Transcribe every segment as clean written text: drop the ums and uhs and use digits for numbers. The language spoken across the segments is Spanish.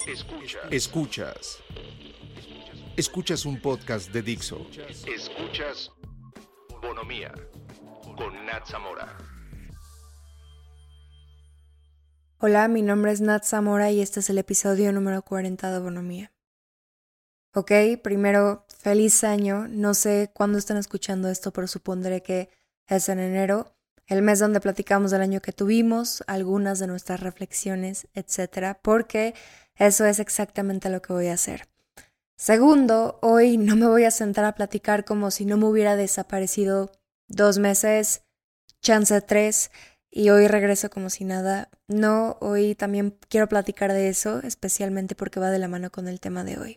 Escuchas un podcast de Dixo. Escuchas Bonomía con Nat Zamora. Hola, mi nombre es Nat Zamora y este es el episodio número 40 de Bonomía. Ok, primero, feliz año. No sé cuándo están escuchando esto, pero supondré que es en enero, el mes donde platicamos del año que tuvimos, algunas de nuestras reflexiones, etcétera, porque eso es exactamente lo que voy a hacer. Segundo, hoy no me voy a sentar a platicar como si no me hubiera desaparecido 2 meses, chance 3, y hoy regreso como si nada. No, hoy también quiero platicar de eso, especialmente porque va de la mano con el tema de hoy.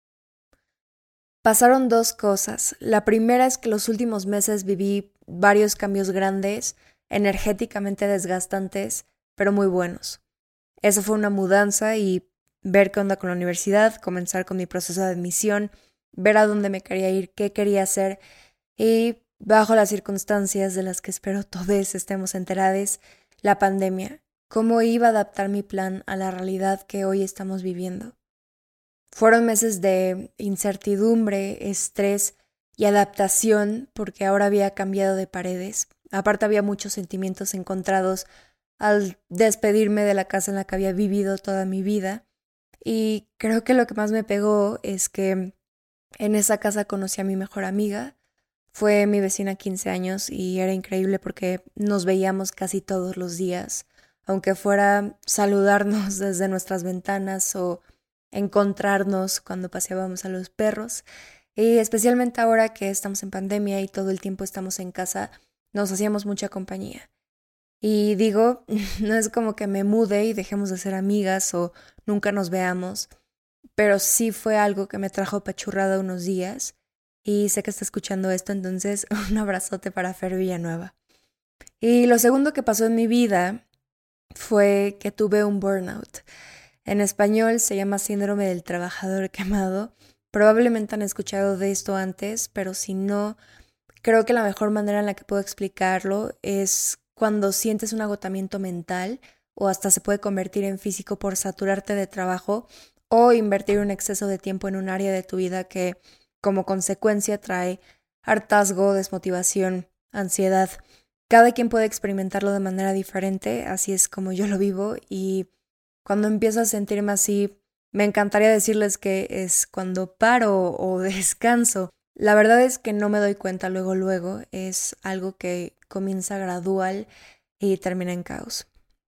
Pasaron 2 cosas. La primera es que los últimos meses viví varios cambios grandes, energéticamente desgastantes, pero muy buenos. Eso fue una mudanza y ver qué onda con la universidad, comenzar con mi proceso de admisión, ver a dónde me quería ir, qué quería hacer y bajo las circunstancias de las que espero todos estemos enterados, la pandemia, cómo iba a adaptar mi plan a la realidad que hoy estamos viviendo. Fueron meses de incertidumbre, estrés y adaptación porque ahora había cambiado de paredes. Aparte había muchos sentimientos encontrados al despedirme de la casa en la que había vivido toda mi vida. Y creo que lo que más me pegó es que en esa casa conocí a mi mejor amiga. Fue mi vecina 15 años y era increíble porque nos veíamos casi todos los días, aunque fuera saludarnos desde nuestras ventanas o encontrarnos cuando paseábamos a los perros. Y especialmente ahora que estamos en pandemia y todo el tiempo estamos en casa, nos hacíamos mucha compañía. Y digo, no es como que me mude y dejemos de ser amigas o nunca nos veamos, pero sí fue algo que me trajo apachurrada unos días y sé que está escuchando esto, entonces un abrazote para Fer Villanueva. Y lo segundo que pasó en mi vida fue que tuve un burnout. En español se llama síndrome del trabajador quemado. Probablemente han escuchado de esto antes, pero si no, creo que la mejor manera en la que puedo explicarlo es cuando sientes un agotamiento mental o hasta se puede convertir en físico por saturarte de trabajo o invertir un exceso de tiempo en un área de tu vida que como consecuencia trae hartazgo, desmotivación, ansiedad. Cada quien puede experimentarlo de manera diferente, así es como yo lo vivo y cuando empiezo a sentirme así, me encantaría decirles que es cuando paro o descanso. La verdad es que no me doy cuenta luego, es algo que comienza gradual y termina en caos.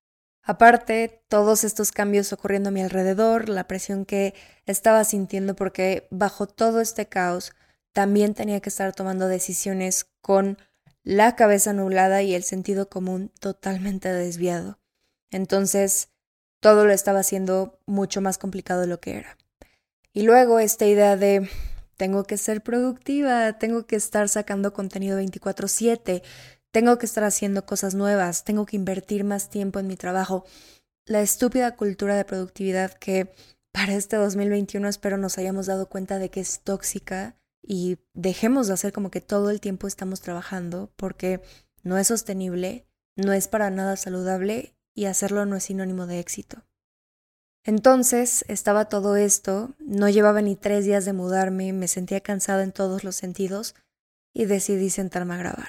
Aparte, todos estos cambios ocurriendo a mi alrededor, la presión que estaba sintiendo porque bajo todo este caos también tenía que estar tomando decisiones con la cabeza nublada y el sentido común totalmente desviado. Entonces, todo lo estaba haciendo mucho más complicado de lo que era. Y luego esta idea de tengo que ser productiva, tengo que estar sacando contenido 24/7, tengo que estar haciendo cosas nuevas, tengo que invertir más tiempo en mi trabajo. La estúpida cultura de productividad que para este 2021 espero nos hayamos dado cuenta de que es tóxica y dejemos de hacer como que todo el tiempo estamos trabajando porque no es sostenible, no es para nada saludable y hacerlo no es sinónimo de éxito. Entonces estaba todo esto, no llevaba ni 3 días de mudarme, me sentía cansada en todos los sentidos y decidí sentarme a grabar.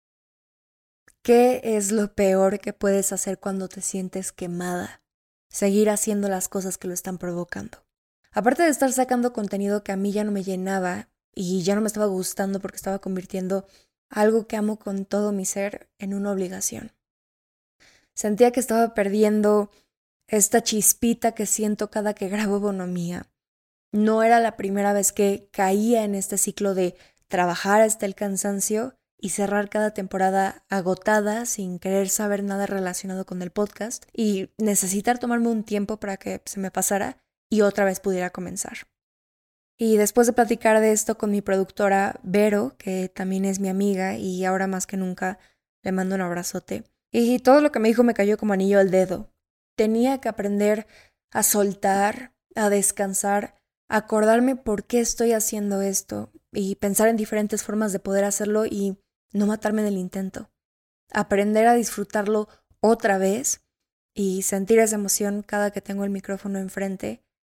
¿Qué es lo peor que puedes hacer cuando te sientes quemada? Seguir haciendo las cosas que lo están provocando. Aparte de estar sacando contenido que a mí ya no me llenaba y ya no me estaba gustando porque estaba convirtiendo algo que amo con todo mi ser en una obligación. Sentía que estaba perdiendo esta chispita que siento cada que grabo Bonomía. No era la primera vez que caía en este ciclo de trabajar hasta el cansancio y cerrar cada temporada agotada sin querer saber nada relacionado con el podcast y necesitar tomarme un tiempo para que se me pasara y otra vez pudiera comenzar. Y después de platicar de esto con mi productora Vero, que también es mi amiga y ahora más que nunca le mando un abrazote, y todo lo que me dijo me cayó como anillo al dedo. Tenía que aprender a soltar, a descansar, a acordarme por qué estoy haciendo esto y pensar en diferentes formas de poder hacerlo y no matarme en el intento. Aprender a disfrutarlo otra vez y sentir esa emoción cada que tengo el micrófono enfrente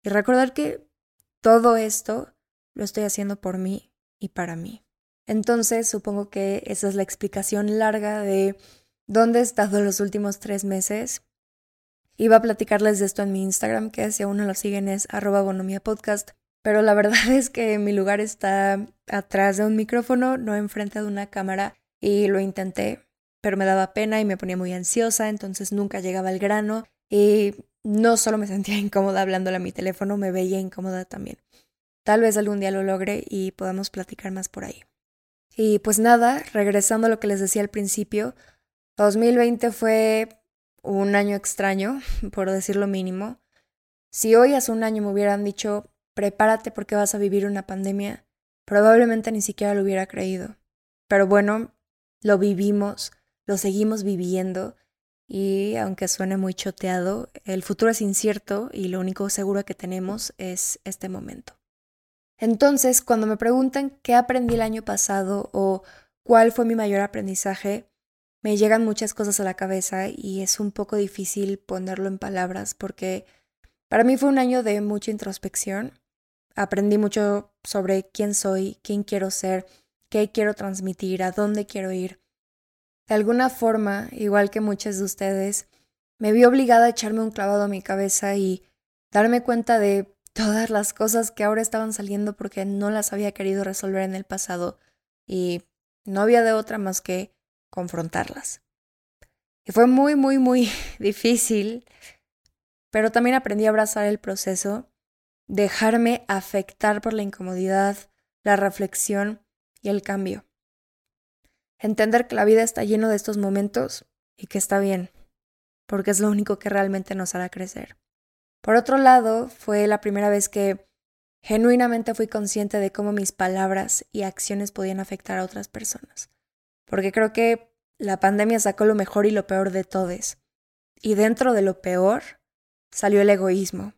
y recordar que todo esto lo estoy haciendo por mí y para mí. Entonces supongo que esa es la explicación larga de dónde he estado los últimos 3 meses. Iba a platicarles de esto en mi Instagram, que si aún no lo siguen es @bonomiapodcast, pero la verdad es que mi lugar está atrás de un micrófono, no enfrente de una cámara, y lo intenté, pero me daba pena y me ponía muy ansiosa, entonces nunca llegaba al grano y no solo me sentía incómoda hablándole a mi teléfono, me veía incómoda también. Tal vez algún día lo logre y podamos platicar más por ahí. Y pues nada, regresando a lo que les decía al principio, 2020 fue un año extraño, por decir lo mínimo. Si hoy hace un año me hubieran dicho, prepárate porque vas a vivir una pandemia, probablemente ni siquiera lo hubiera creído. Pero bueno, lo vivimos, lo seguimos viviendo y aunque suene muy choteado, el futuro es incierto y lo único seguro que tenemos es este momento. Entonces, cuando me preguntan qué aprendí el año pasado o cuál fue mi mayor aprendizaje, me llegan muchas cosas a la cabeza y es un poco difícil ponerlo en palabras porque para mí fue un año de mucha introspección. Aprendí mucho sobre quién soy, quién quiero ser, qué quiero transmitir, a dónde quiero ir. De alguna forma, igual que muchos de ustedes, me vi obligada a echarme un clavado a mi cabeza y darme cuenta de todas las cosas que ahora estaban saliendo porque no las había querido resolver en el pasado y no había de otra más que confrontarlas. Y fue muy, muy, muy difícil, pero también aprendí a abrazar el proceso, dejarme afectar por la incomodidad, la reflexión y el cambio. Entender que la vida está lleno de estos momentos y que está bien, porque es lo único que realmente nos hará crecer. Por otro lado, fue la primera vez que genuinamente fui consciente de cómo mis palabras y acciones podían afectar a otras personas. Porque creo que la pandemia sacó lo mejor y lo peor de todos. Y dentro de lo peor salió el egoísmo.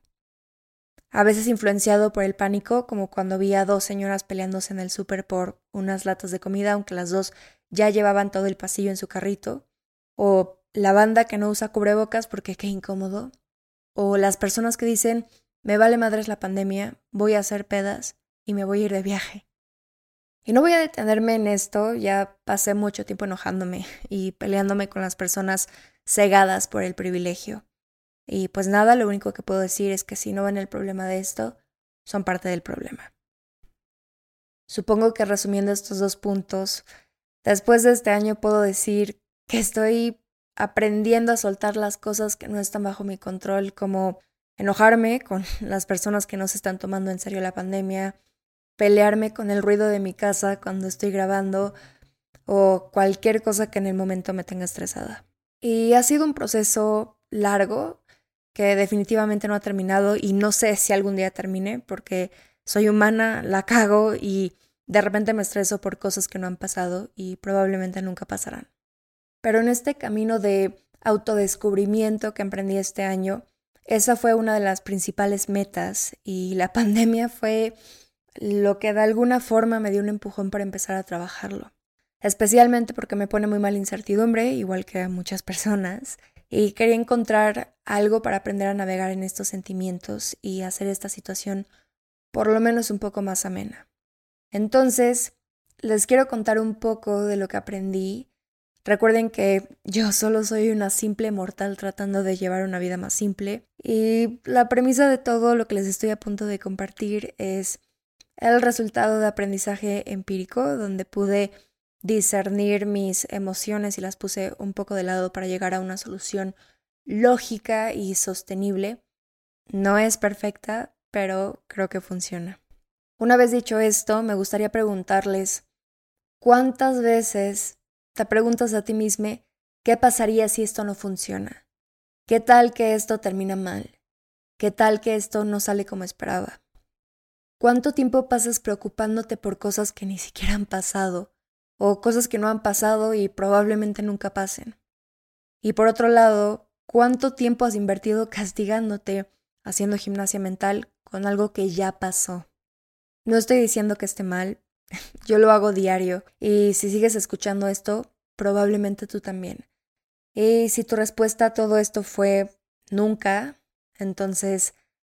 A veces influenciado por el pánico, como cuando vi a 2 señoras peleándose en el súper por unas latas de comida, aunque las 2 ya llevaban todo el pasillo en su carrito. O la banda que no usa cubrebocas porque qué incómodo. O las personas que dicen, me vale madres la pandemia, voy a hacer pedas y me voy a ir de viaje. Y no voy a detenerme en esto, ya pasé mucho tiempo enojándome y peleándome con las personas cegadas por el privilegio. Y pues nada, lo único que puedo decir es que si no ven el problema de esto, son parte del problema. Supongo que resumiendo estos 2 puntos, después de este año puedo decir que estoy aprendiendo a soltar las cosas que no están bajo mi control, como enojarme con las personas que no se están tomando en serio la pandemia, pelearme con el ruido de mi casa cuando estoy grabando o cualquier cosa que en el momento me tenga estresada. Y ha sido un proceso largo que definitivamente no ha terminado y no sé si algún día termine porque soy humana, la cago y de repente me estreso por cosas que no han pasado y probablemente nunca pasarán. Pero en este camino de autodescubrimiento que emprendí este año, esa fue una de las principales metas y la pandemia fue lo que de alguna forma me dio un empujón para empezar a trabajarlo. Especialmente porque me pone muy mal incertidumbre, igual que a muchas personas, y quería encontrar algo para aprender a navegar en estos sentimientos y hacer esta situación por lo menos un poco más amena. Entonces, les quiero contar un poco de lo que aprendí. Recuerden que yo solo soy una simple mortal tratando de llevar una vida más simple y la premisa de todo lo que les estoy a punto de compartir es el resultado de aprendizaje empírico donde pude discernir mis emociones y las puse un poco de lado para llegar a una solución lógica y sostenible. No es perfecta, pero creo que funciona. Una vez dicho esto, me gustaría preguntarles, ¿cuántas veces te preguntas a ti mismo qué pasaría si esto no funciona? ¿Qué tal que esto termina mal? ¿Qué tal que esto no sale como esperaba? ¿Cuánto tiempo pasas preocupándote por cosas que ni siquiera han pasado? O cosas que no han pasado y probablemente nunca pasen. Y por otro lado, ¿cuánto tiempo has invertido castigándote haciendo gimnasia mental con algo que ya pasó? No estoy diciendo que esté mal, yo lo hago diario y si sigues escuchando esto, probablemente tú también. Y si tu respuesta a todo esto fue nunca, entonces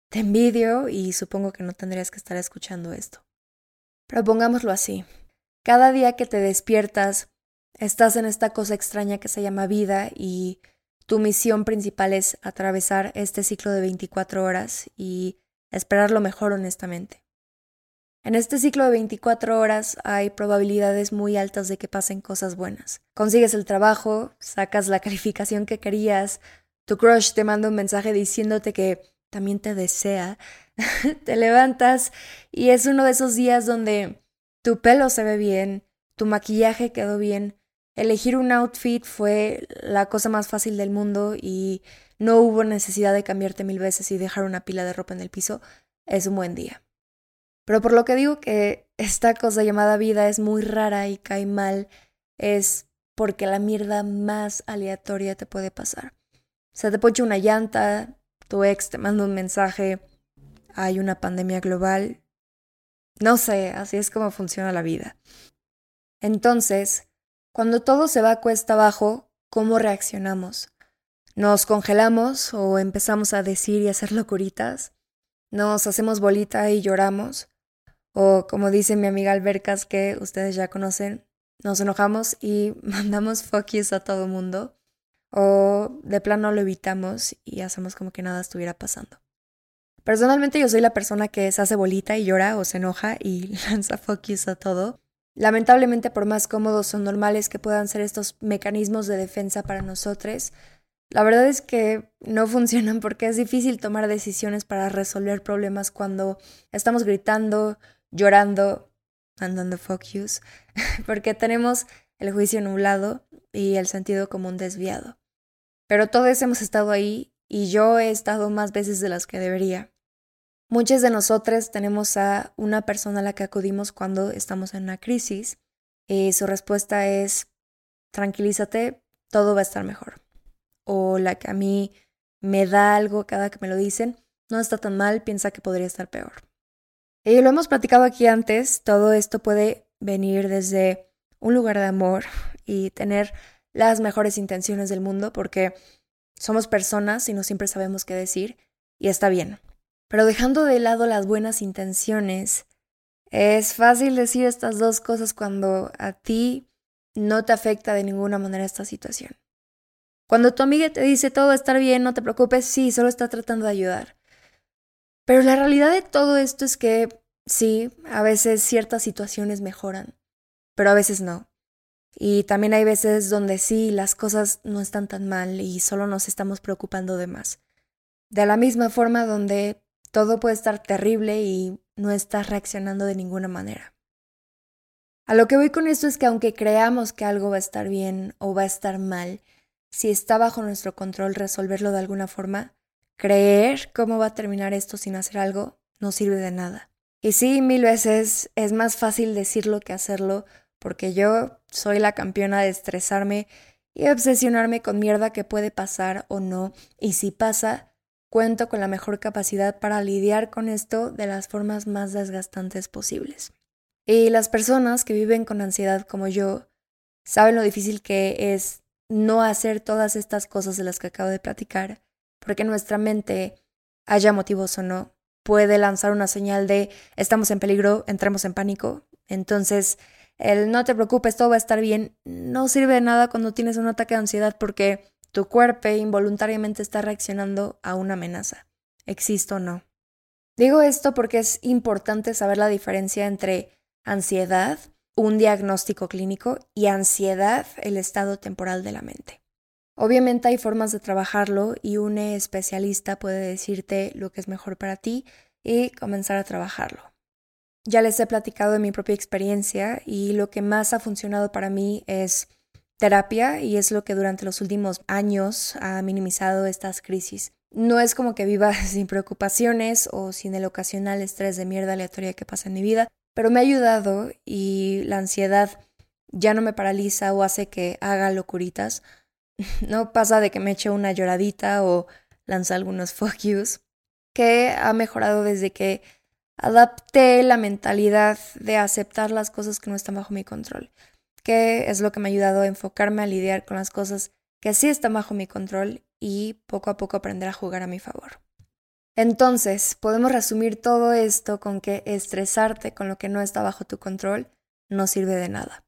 te envidio y supongo que no tendrías que estar escuchando esto. Pero pongámoslo así. Cada día que te despiertas, estás en esta cosa extraña que se llama vida y tu misión principal es atravesar este ciclo de 24 horas y esperar lo mejor honestamente. En este ciclo de 24 horas hay probabilidades muy altas de que pasen cosas buenas. Consigues el trabajo, sacas la calificación que querías, tu crush te manda un mensaje diciéndote que también te desea, te levantas y es uno de esos días donde tu pelo se ve bien, tu maquillaje quedó bien, elegir un outfit fue la cosa más fácil del mundo y no hubo necesidad de cambiarte 1000 veces y dejar una pila de ropa en el piso, es un buen día. Pero por lo que digo que esta cosa llamada vida es muy rara y cae mal, es porque la mierda más aleatoria te puede pasar. Se te poncha una llanta, tu ex te manda un mensaje, hay una pandemia global. No sé, así es como funciona la vida. Entonces, cuando todo se va cuesta abajo, ¿cómo reaccionamos? ¿Nos congelamos o empezamos a decir y hacer locuritas? ¿Nos hacemos bolita y lloramos? O como dice mi amiga Albercas, que ustedes ya conocen, nos enojamos y mandamos fuck yous a todo mundo. O de plano lo evitamos y hacemos como que nada estuviera pasando. Personalmente yo soy la persona que se hace bolita y llora o se enoja y lanza fuck yous a todo. Lamentablemente, por más cómodos o normales que puedan ser estos mecanismos de defensa para nosotros, la verdad es que no funcionan porque es difícil tomar decisiones para resolver problemas cuando estamos gritando, llorando, mandando fuck yous, porque tenemos el juicio nublado y el sentido común desviado. Pero todos hemos estado ahí y yo he estado más veces de las que debería. Muchos de nosotros tenemos a una persona a la que acudimos cuando estamos en una crisis y su respuesta es: tranquilízate, todo va a estar mejor. O la que a mí me da algo cada que me lo dicen: no está tan mal, piensa que podría estar peor. Y lo hemos platicado aquí antes, todo esto puede venir desde un lugar de amor y tener las mejores intenciones del mundo porque somos personas y no siempre sabemos qué decir y está bien. Pero dejando de lado las buenas intenciones, es fácil decir estas dos cosas cuando a ti no te afecta de ninguna manera esta situación. Cuando tu amiga te dice todo va a estar bien, no te preocupes, sí, solo está tratando de ayudar. Pero la realidad de todo esto es que sí, a veces ciertas situaciones mejoran, pero a veces no. Y también hay veces donde sí, las cosas no están tan mal y solo nos estamos preocupando de más. De la misma forma donde todo puede estar terrible y no estás reaccionando de ninguna manera. A lo que voy con esto es que aunque creamos que algo va a estar bien o va a estar mal, si está bajo nuestro control resolverlo de alguna forma, creer cómo va a terminar esto sin hacer algo no sirve de nada. Y sí, 1000 veces es más fácil decirlo que hacerlo, porque yo soy la campeona de estresarme y obsesionarme con mierda que puede pasar o no, y si pasa, cuento con la mejor capacidad para lidiar con esto de las formas más desgastantes posibles. Y las personas que viven con ansiedad como yo saben lo difícil que es no hacer todas estas cosas de las que acabo de platicar, porque nuestra mente, haya motivos o no, puede lanzar una señal de estamos en peligro, entremos en pánico. Entonces, el no te preocupes, todo va a estar bien, no sirve de nada cuando tienes un ataque de ansiedad porque tu cuerpo involuntariamente está reaccionando a una amenaza, exista o no. Digo esto porque es importante saber la diferencia entre ansiedad, un diagnóstico clínico, y ansiedad, el estado temporal de la mente. Obviamente hay formas de trabajarlo y un especialista puede decirte lo que es mejor para ti y comenzar a trabajarlo. Ya les he platicado de mi propia experiencia y lo que más ha funcionado para mí es terapia y es lo que durante los últimos años ha minimizado estas crisis. No es como que viva sin preocupaciones o sin el ocasional estrés de mierda aleatoria que pasa en mi vida, pero me ha ayudado y la ansiedad ya no me paraliza o hace que haga locuritas. No pasa de que me eche una lloradita o lance algunos fuck yous, que ha mejorado desde que adapté la mentalidad de aceptar las cosas que no están bajo mi control, que es lo que me ha ayudado a enfocarme a lidiar con las cosas que sí están bajo mi control y poco a poco aprender a jugar a mi favor. Entonces, podemos resumir todo esto con que estresarte con lo que no está bajo tu control no sirve de nada.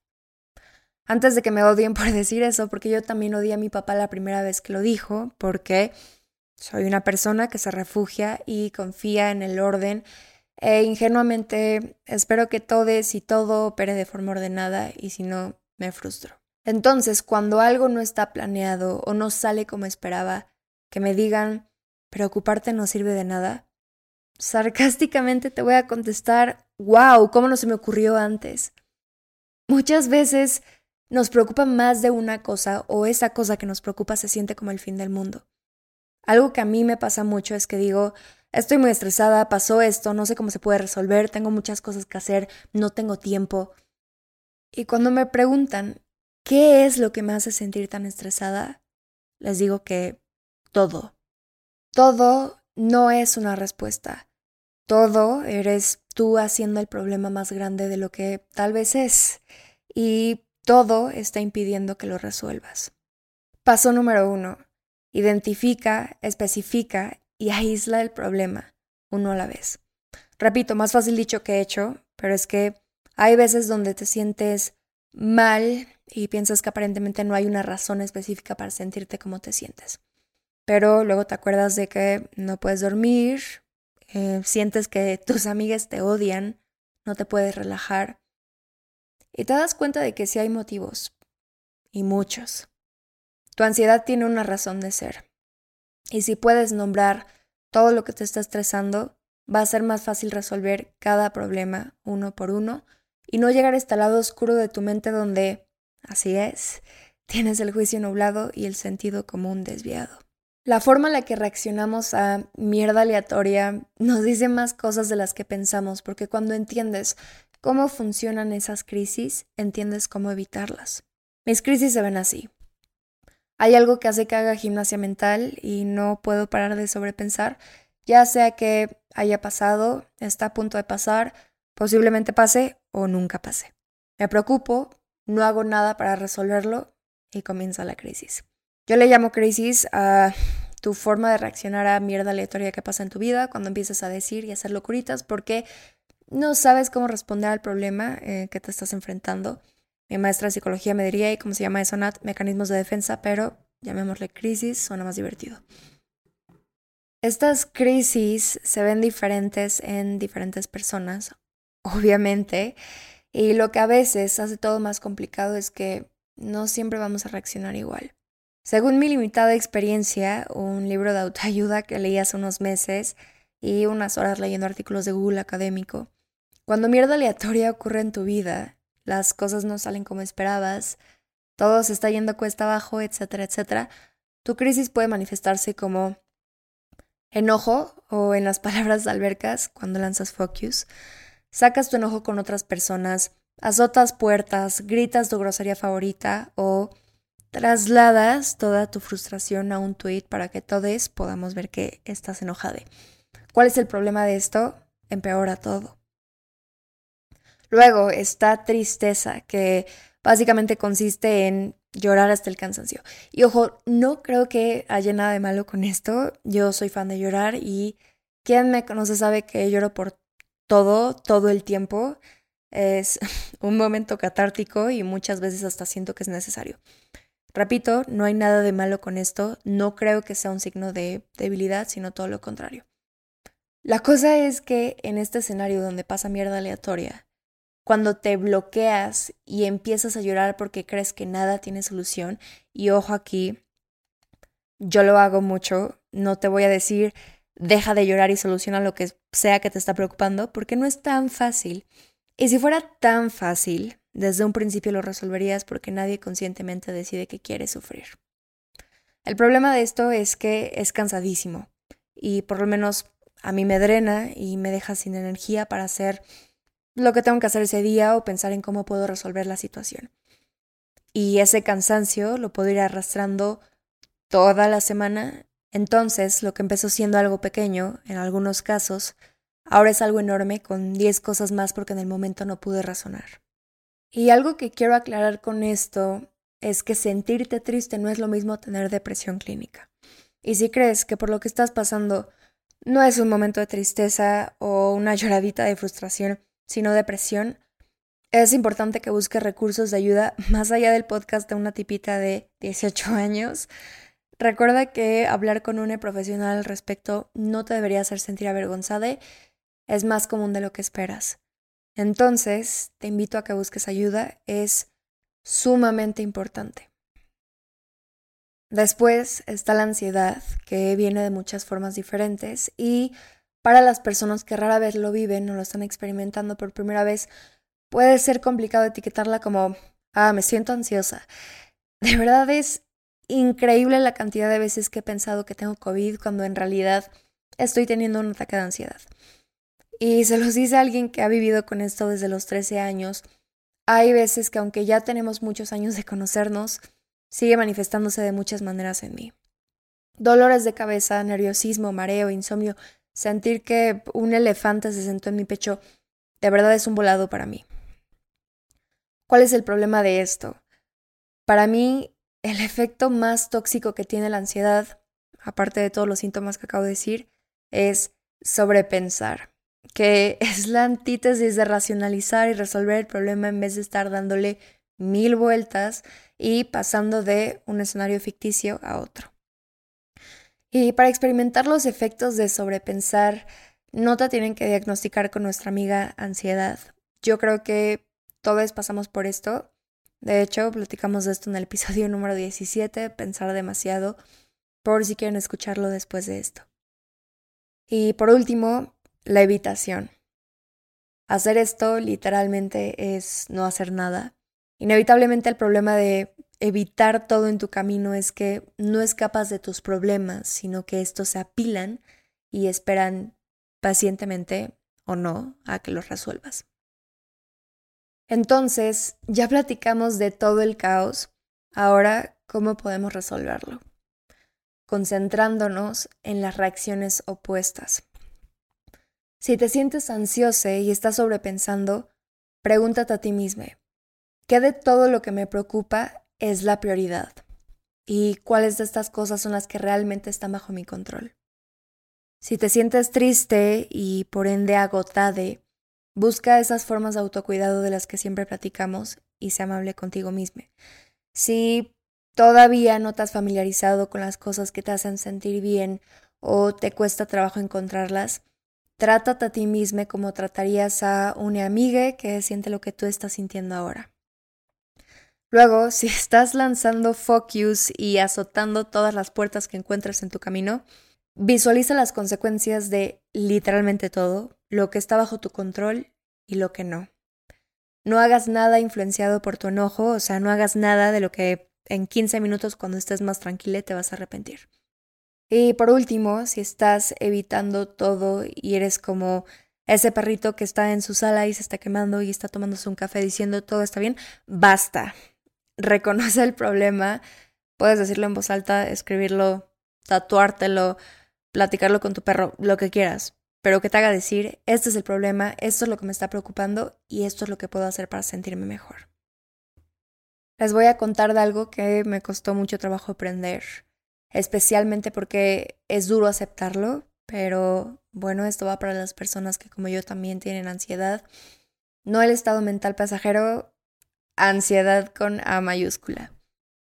Antes de que me odien por decir eso, porque yo también odié a mi papá la primera vez que lo dijo, porque soy una persona que se refugia y confía en el orden e ingenuamente espero que todes y todo opere de forma ordenada y si no, me frustro. Entonces, cuando algo no está planeado o no sale como esperaba, que me digan, preocuparte no sirve de nada, sarcásticamente te voy a contestar, wow, ¿cómo no se me ocurrió antes? Muchas veces nos preocupa más de una cosa o esa cosa que nos preocupa se siente como el fin del mundo. Algo que a mí me pasa mucho es que digo, estoy muy estresada, pasó esto, no sé cómo se puede resolver, tengo muchas cosas que hacer, no tengo tiempo. Y cuando me preguntan, ¿qué es lo que me hace sentir tan estresada? Les digo que todo. Todo no es una respuesta. Todo eres tú haciendo el problema más grande de lo que tal vez es. Y todo está impidiendo que lo resuelvas. Paso número 1. Identifica, especifica y aísla el problema, uno a la vez. Repito, más fácil dicho que hecho, pero es que hay veces donde te sientes mal y piensas que aparentemente no hay una razón específica para sentirte como te sientes. Pero luego te acuerdas de que no puedes dormir, sientes que tus amigas te odian, no te puedes relajar y te das cuenta de que sí hay motivos, y muchos. Tu ansiedad tiene una razón de ser. Y si puedes nombrar todo lo que te está estresando, va a ser más fácil resolver cada problema uno por uno y no llegar a este lado oscuro de tu mente donde, así es, tienes el juicio nublado y el sentido común desviado. La forma en la que reaccionamos a mierda aleatoria nos dice más cosas de las que pensamos, porque cuando entiendes cómo funcionan esas crisis, entiendes cómo evitarlas. Mis crisis se ven así. Hay algo que hace que haga gimnasia mental y no puedo parar de sobrepensar, ya sea que haya pasado, está a punto de pasar, posiblemente pase o nunca pase. Me preocupo, no hago nada para resolverlo y comienza la crisis. Yo le llamo crisis a tu forma de reaccionar a mierda aleatoria que pasa en tu vida cuando empiezas a decir y hacer locuritas porque no sabes cómo responder al problema que te estás enfrentando. Mi maestra de psicología me diría, y cómo se llama eso, Nat, mecanismos de defensa, pero llamémosle crisis, suena más divertido. Estas crisis se ven diferentes en diferentes personas, obviamente, y lo que a veces hace todo más complicado es que no siempre vamos a reaccionar igual. Según mi limitada experiencia, un libro de autoayuda que leí hace unos meses y unas horas leyendo artículos de Google académico, cuando mierda aleatoria ocurre en tu vida, las cosas no salen como esperabas, todo se está yendo cuesta abajo, etcétera, etcétera, tu crisis puede manifestarse como enojo o en las palabras de Albercas cuando lanzas focus, sacas tu enojo con otras personas, azotas puertas, gritas tu grosería favorita o trasladas toda tu frustración a un tweet para que todos podamos ver que estás enojada. ¿Cuál es el problema de esto? Empeora todo. Luego está tristeza, que básicamente consiste en llorar hasta el cansancio. Y ojo, no creo que haya nada de malo con esto. Yo soy fan de llorar y quien me conoce sabe que lloro por todo el tiempo. Es un momento catártico y muchas veces hasta siento que es necesario. Repito, no hay nada de malo con esto. No creo que sea un signo de debilidad, sino todo lo contrario. La cosa es que en este escenario donde pasa mierda aleatoria, cuando te bloqueas y empiezas a llorar porque crees que nada tiene solución, y ojo aquí, yo lo hago mucho, no te voy a decir deja de llorar y soluciona lo que sea que te está preocupando, porque no es tan fácil. Y si fuera tan fácil, desde un principio lo resolverías porque nadie conscientemente decide que quiere sufrir. El problema de esto es que es cansadísimo y por lo menos a mí me drena y me deja sin energía para hacer lo que tengo que hacer ese día o pensar en cómo puedo resolver la situación. Y ese cansancio lo puedo ir arrastrando toda la semana. Entonces, lo que empezó siendo algo pequeño, en algunos casos, ahora es algo enorme con 10 cosas más porque en el momento no pude razonar. Y algo que quiero aclarar con esto es que sentirte triste no es lo mismo tener depresión clínica. Y si crees que por lo que estás pasando no es un momento de tristeza o una lloradita de frustración, sino depresión, es importante que busques recursos de ayuda más allá del podcast de una tipita de 18 años. Recuerda que hablar con un profesional al respecto no te debería hacer sentir avergonzada, es más común de lo que esperas. Entonces, te invito a que busques ayuda, es sumamente importante. Después está la ansiedad, que viene de muchas formas diferentes y para las personas que rara vez lo viven o lo están experimentando por primera vez, puede ser complicado etiquetarla como, me siento ansiosa. De verdad es increíble la cantidad de veces que he pensado que tengo COVID cuando en realidad estoy teniendo un ataque de ansiedad. Y se los dice alguien que ha vivido con esto desde los 13 años. Hay veces que aunque ya tenemos muchos años de conocernos, sigue manifestándose de muchas maneras en mí. Dolores de cabeza, nerviosismo, mareo, insomnio, sentir que un elefante se sentó en mi pecho, de verdad es un volado para mí. ¿Cuál es el problema de esto? Para mí, el efecto más tóxico que tiene la ansiedad, aparte de todos los síntomas que acabo de decir, es sobrepensar, que es la antítesis de racionalizar y resolver el problema en vez de estar dándole 1000 vueltas y pasando de un escenario ficticio a otro. Y para experimentar los efectos de sobrepensar, no te tienen que diagnosticar con nuestra amiga ansiedad. Yo creo que todos pasamos por esto. De hecho, platicamos de esto en el episodio número 17, Pensar demasiado, por si quieren escucharlo después de esto. Y por último, la evitación. Hacer esto literalmente es no hacer nada. Inevitablemente el problema de evitar todo en tu camino es que no escapas de tus problemas, sino que estos se apilan y esperan pacientemente o no a que los resuelvas. Entonces, ya platicamos de todo el caos. Ahora, ¿cómo podemos resolverlo? Concentrándonos en las reacciones opuestas. Si te sientes ansiosa y estás sobrepensando, pregúntate a ti misma, ¿qué de todo lo que me preocupa es la prioridad? ¿Y cuáles de estas cosas son las que realmente están bajo mi control? Si te sientes triste y por ende agotada, busca esas formas de autocuidado de las que siempre platicamos y sé amable contigo misma. Si todavía no te has familiarizado con las cosas que te hacen sentir bien o te cuesta trabajo encontrarlas, trátate a ti misma como tratarías a una amiga que siente lo que tú estás sintiendo ahora. Luego, si estás lanzando focus y azotando todas las puertas que encuentres en tu camino, visualiza las consecuencias de literalmente todo, lo que está bajo tu control y lo que no. No hagas nada influenciado por tu enojo, o sea, no hagas nada de lo que en 15 minutos cuando estés más tranquila te vas a arrepentir. Y por último, si estás evitando todo y eres como ese perrito que está en su sala y se está quemando y está tomándose un café diciendo todo está bien, basta. Reconoce el problema, puedes decirlo en voz alta, escribirlo, tatuártelo, platicarlo con tu perro, lo que quieras, pero que te haga decir, este es el problema, esto es lo que me está preocupando y esto es lo que puedo hacer para sentirme mejor. Les voy a contar de algo que me costó mucho trabajo aprender, especialmente porque es duro aceptarlo, pero bueno, esto va para las personas que como yo también tienen ansiedad. No el estado mental pasajero, ansiedad con A mayúscula.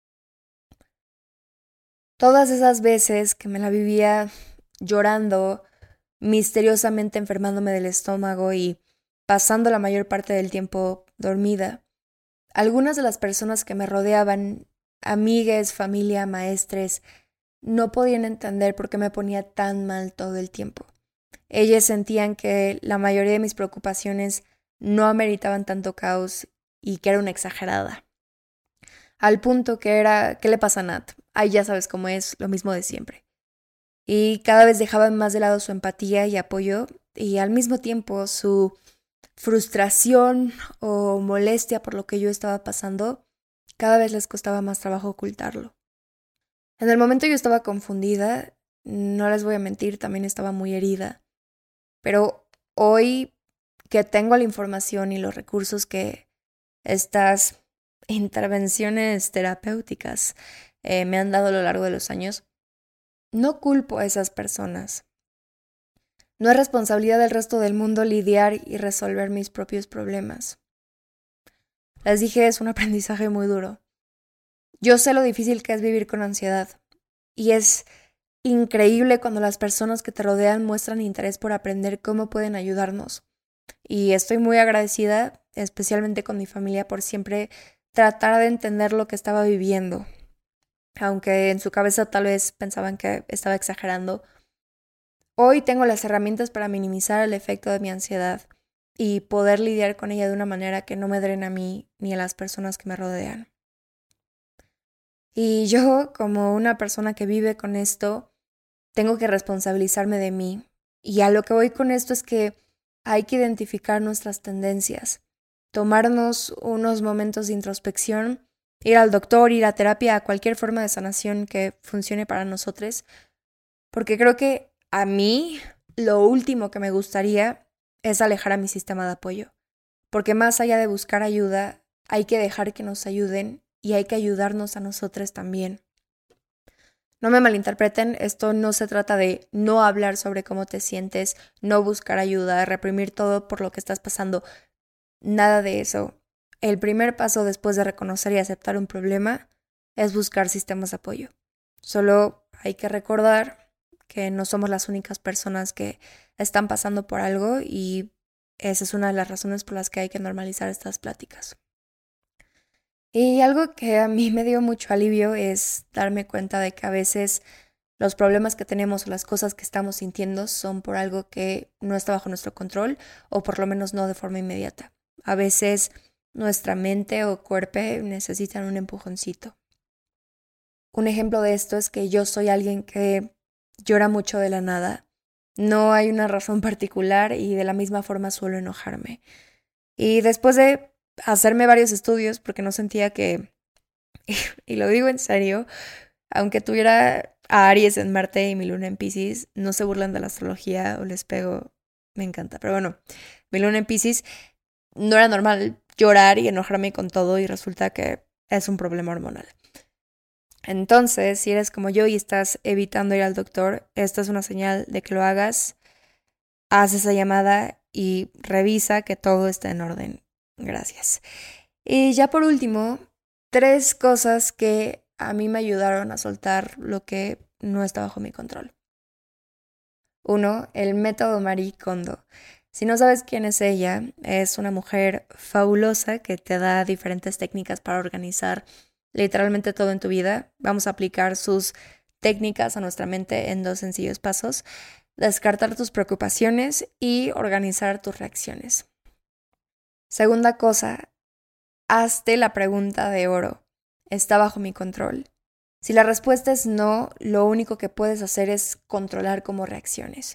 Todas esas veces que me la vivía llorando, misteriosamente enfermándome del estómago y pasando la mayor parte del tiempo dormida, algunas de las personas que me rodeaban, amigues, familia, maestres, no podían entender por qué me ponía tan mal todo el tiempo. Ellas sentían que la mayoría de mis preocupaciones no ameritaban tanto caos y que era una exagerada. Al punto que era, ¿qué le pasa a Nat? Ay, ya sabes cómo es, lo mismo de siempre. Y cada vez dejaban más de lado su empatía y apoyo y al mismo tiempo su frustración o molestia por lo que yo estaba pasando, cada vez les costaba más trabajo ocultarlo. En el momento yo estaba confundida, no les voy a mentir, también estaba muy herida. Pero hoy que tengo la información y los recursos que estas intervenciones terapéuticas me han dado a lo largo de los años, no culpo a esas personas. No es responsabilidad del resto del mundo lidiar y resolver mis propios problemas. Les dije, es un aprendizaje muy duro. Yo sé lo difícil que es vivir con ansiedad. Y es increíble cuando las personas que te rodean muestran interés por aprender cómo pueden ayudarnos. Y estoy muy agradecida, especialmente con mi familia, por siempre tratar de entender lo que estaba viviendo. Aunque en su cabeza tal vez pensaban que estaba exagerando. Hoy tengo las herramientas para minimizar el efecto de mi ansiedad y poder lidiar con ella de una manera que no me drene a mí ni a las personas que me rodean. Y yo, como una persona que vive con esto, tengo que responsabilizarme de mí. Y a lo que voy con esto es que hay que identificar nuestras tendencias, tomarnos unos momentos de introspección, ir al doctor, ir a terapia, a cualquier forma de sanación que funcione para nosotros, porque creo que a mí lo último que me gustaría es alejar a mi sistema de apoyo, porque más allá de buscar ayuda, hay que dejar que nos ayuden y hay que ayudarnos a nosotros también. No me malinterpreten, esto no se trata de no hablar sobre cómo te sientes, no buscar ayuda, reprimir todo por lo que estás pasando. Nada de eso. El primer paso después de reconocer y aceptar un problema es buscar sistemas de apoyo. Solo hay que recordar que no somos las únicas personas que están pasando por algo y esa es una de las razones por las que hay que normalizar estas pláticas. Y algo que a mí me dio mucho alivio es darme cuenta de que a veces los problemas que tenemos o las cosas que estamos sintiendo son por algo que no está bajo nuestro control o por lo menos no de forma inmediata. A veces nuestra mente o cuerpo necesitan un empujoncito. Un ejemplo de esto es que yo soy alguien que llora mucho de la nada. No hay una razón particular y de la misma forma suelo enojarme. Y después de hacerme varios estudios, porque no sentía que, y lo digo en serio, aunque tuviera a Aries en Marte y mi luna en Piscis, no se burlan de la astrología o les pego, me encanta. Pero bueno, mi luna en Piscis, no era normal llorar y enojarme con todo y resulta que es un problema hormonal. Entonces, si eres como yo y estás evitando ir al doctor, esta es una señal de que lo hagas. Haz esa llamada y revisa que todo está en orden. Gracias. Y ya por último, 3 cosas que a mí me ayudaron a soltar lo que no está bajo mi control. 1. El método Marie Kondo. Si no sabes quién es ella, es una mujer fabulosa que te da diferentes técnicas para organizar literalmente todo en tu vida. Vamos a aplicar sus técnicas a nuestra mente en 2 sencillos pasos. Descartar tus preocupaciones y organizar tus reacciones. Segunda cosa, hazte la pregunta de oro. ¿Está bajo mi control? Si la respuesta es no, lo único que puedes hacer es controlar cómo reacciones.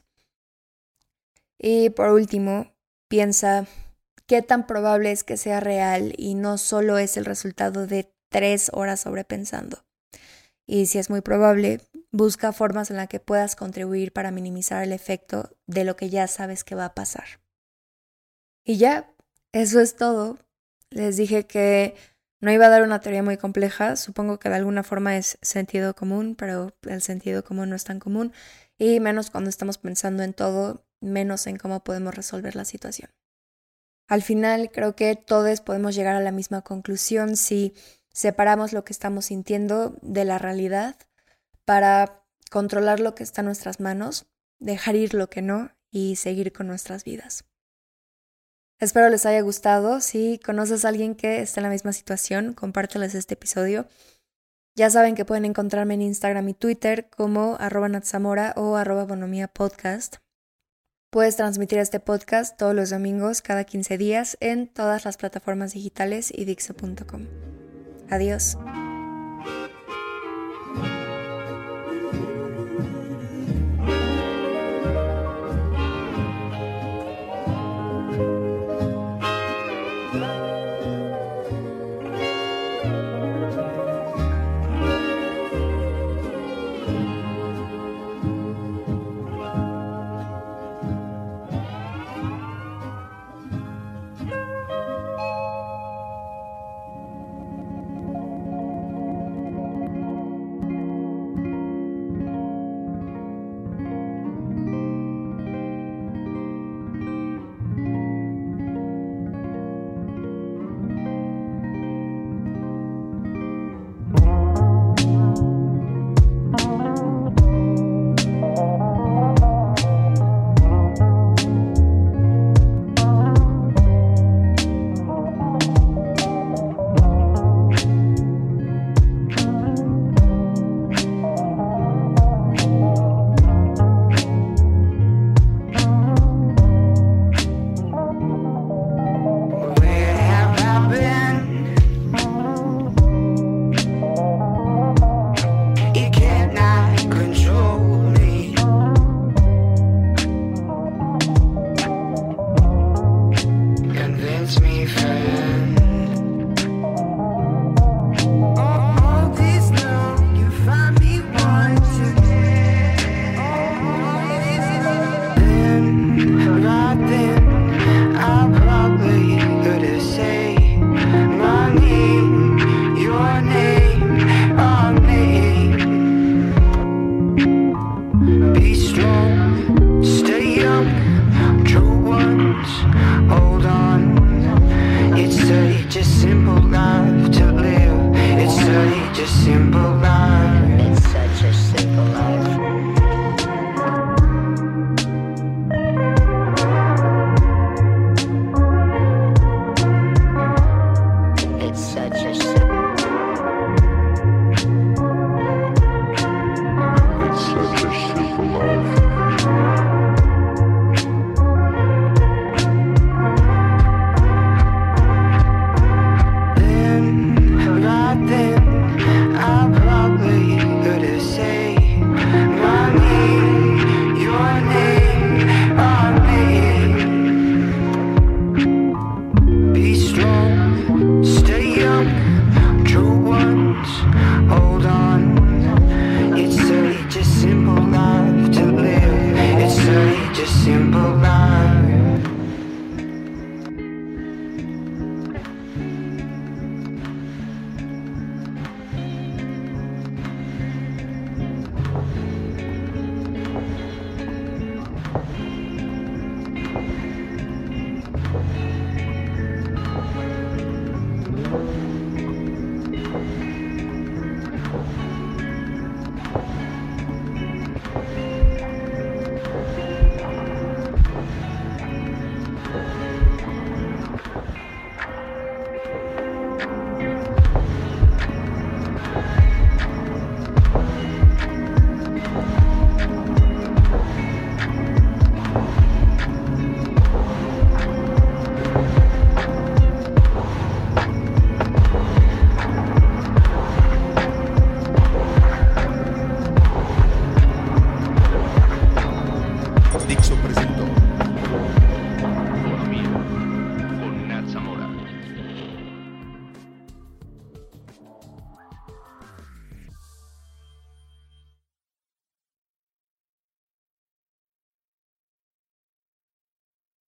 Y por último, piensa qué tan probable es que sea real y no solo es el resultado de 3 horas sobrepensando. Y si es muy probable, busca formas en las que puedas contribuir para minimizar el efecto de lo que ya sabes que va a pasar. Y ya, eso es todo. Les dije que no iba a dar una teoría muy compleja. Supongo que de alguna forma es sentido común, pero el sentido común no es tan común. Y menos cuando estamos pensando en todo, menos en cómo podemos resolver la situación. Al final, creo que todos podemos llegar a la misma conclusión si separamos lo que estamos sintiendo de la realidad para controlar lo que está en nuestras manos, dejar ir lo que no y seguir con nuestras vidas. Espero les haya gustado. Si conoces a alguien que está en la misma situación, compárteles este episodio. Ya saben que pueden encontrarme en Instagram y Twitter como @natzamora o @bonomiapodcast. Puedes transmitir este podcast todos los domingos cada 15 días en todas las plataformas digitales y dixo.com. Adiós.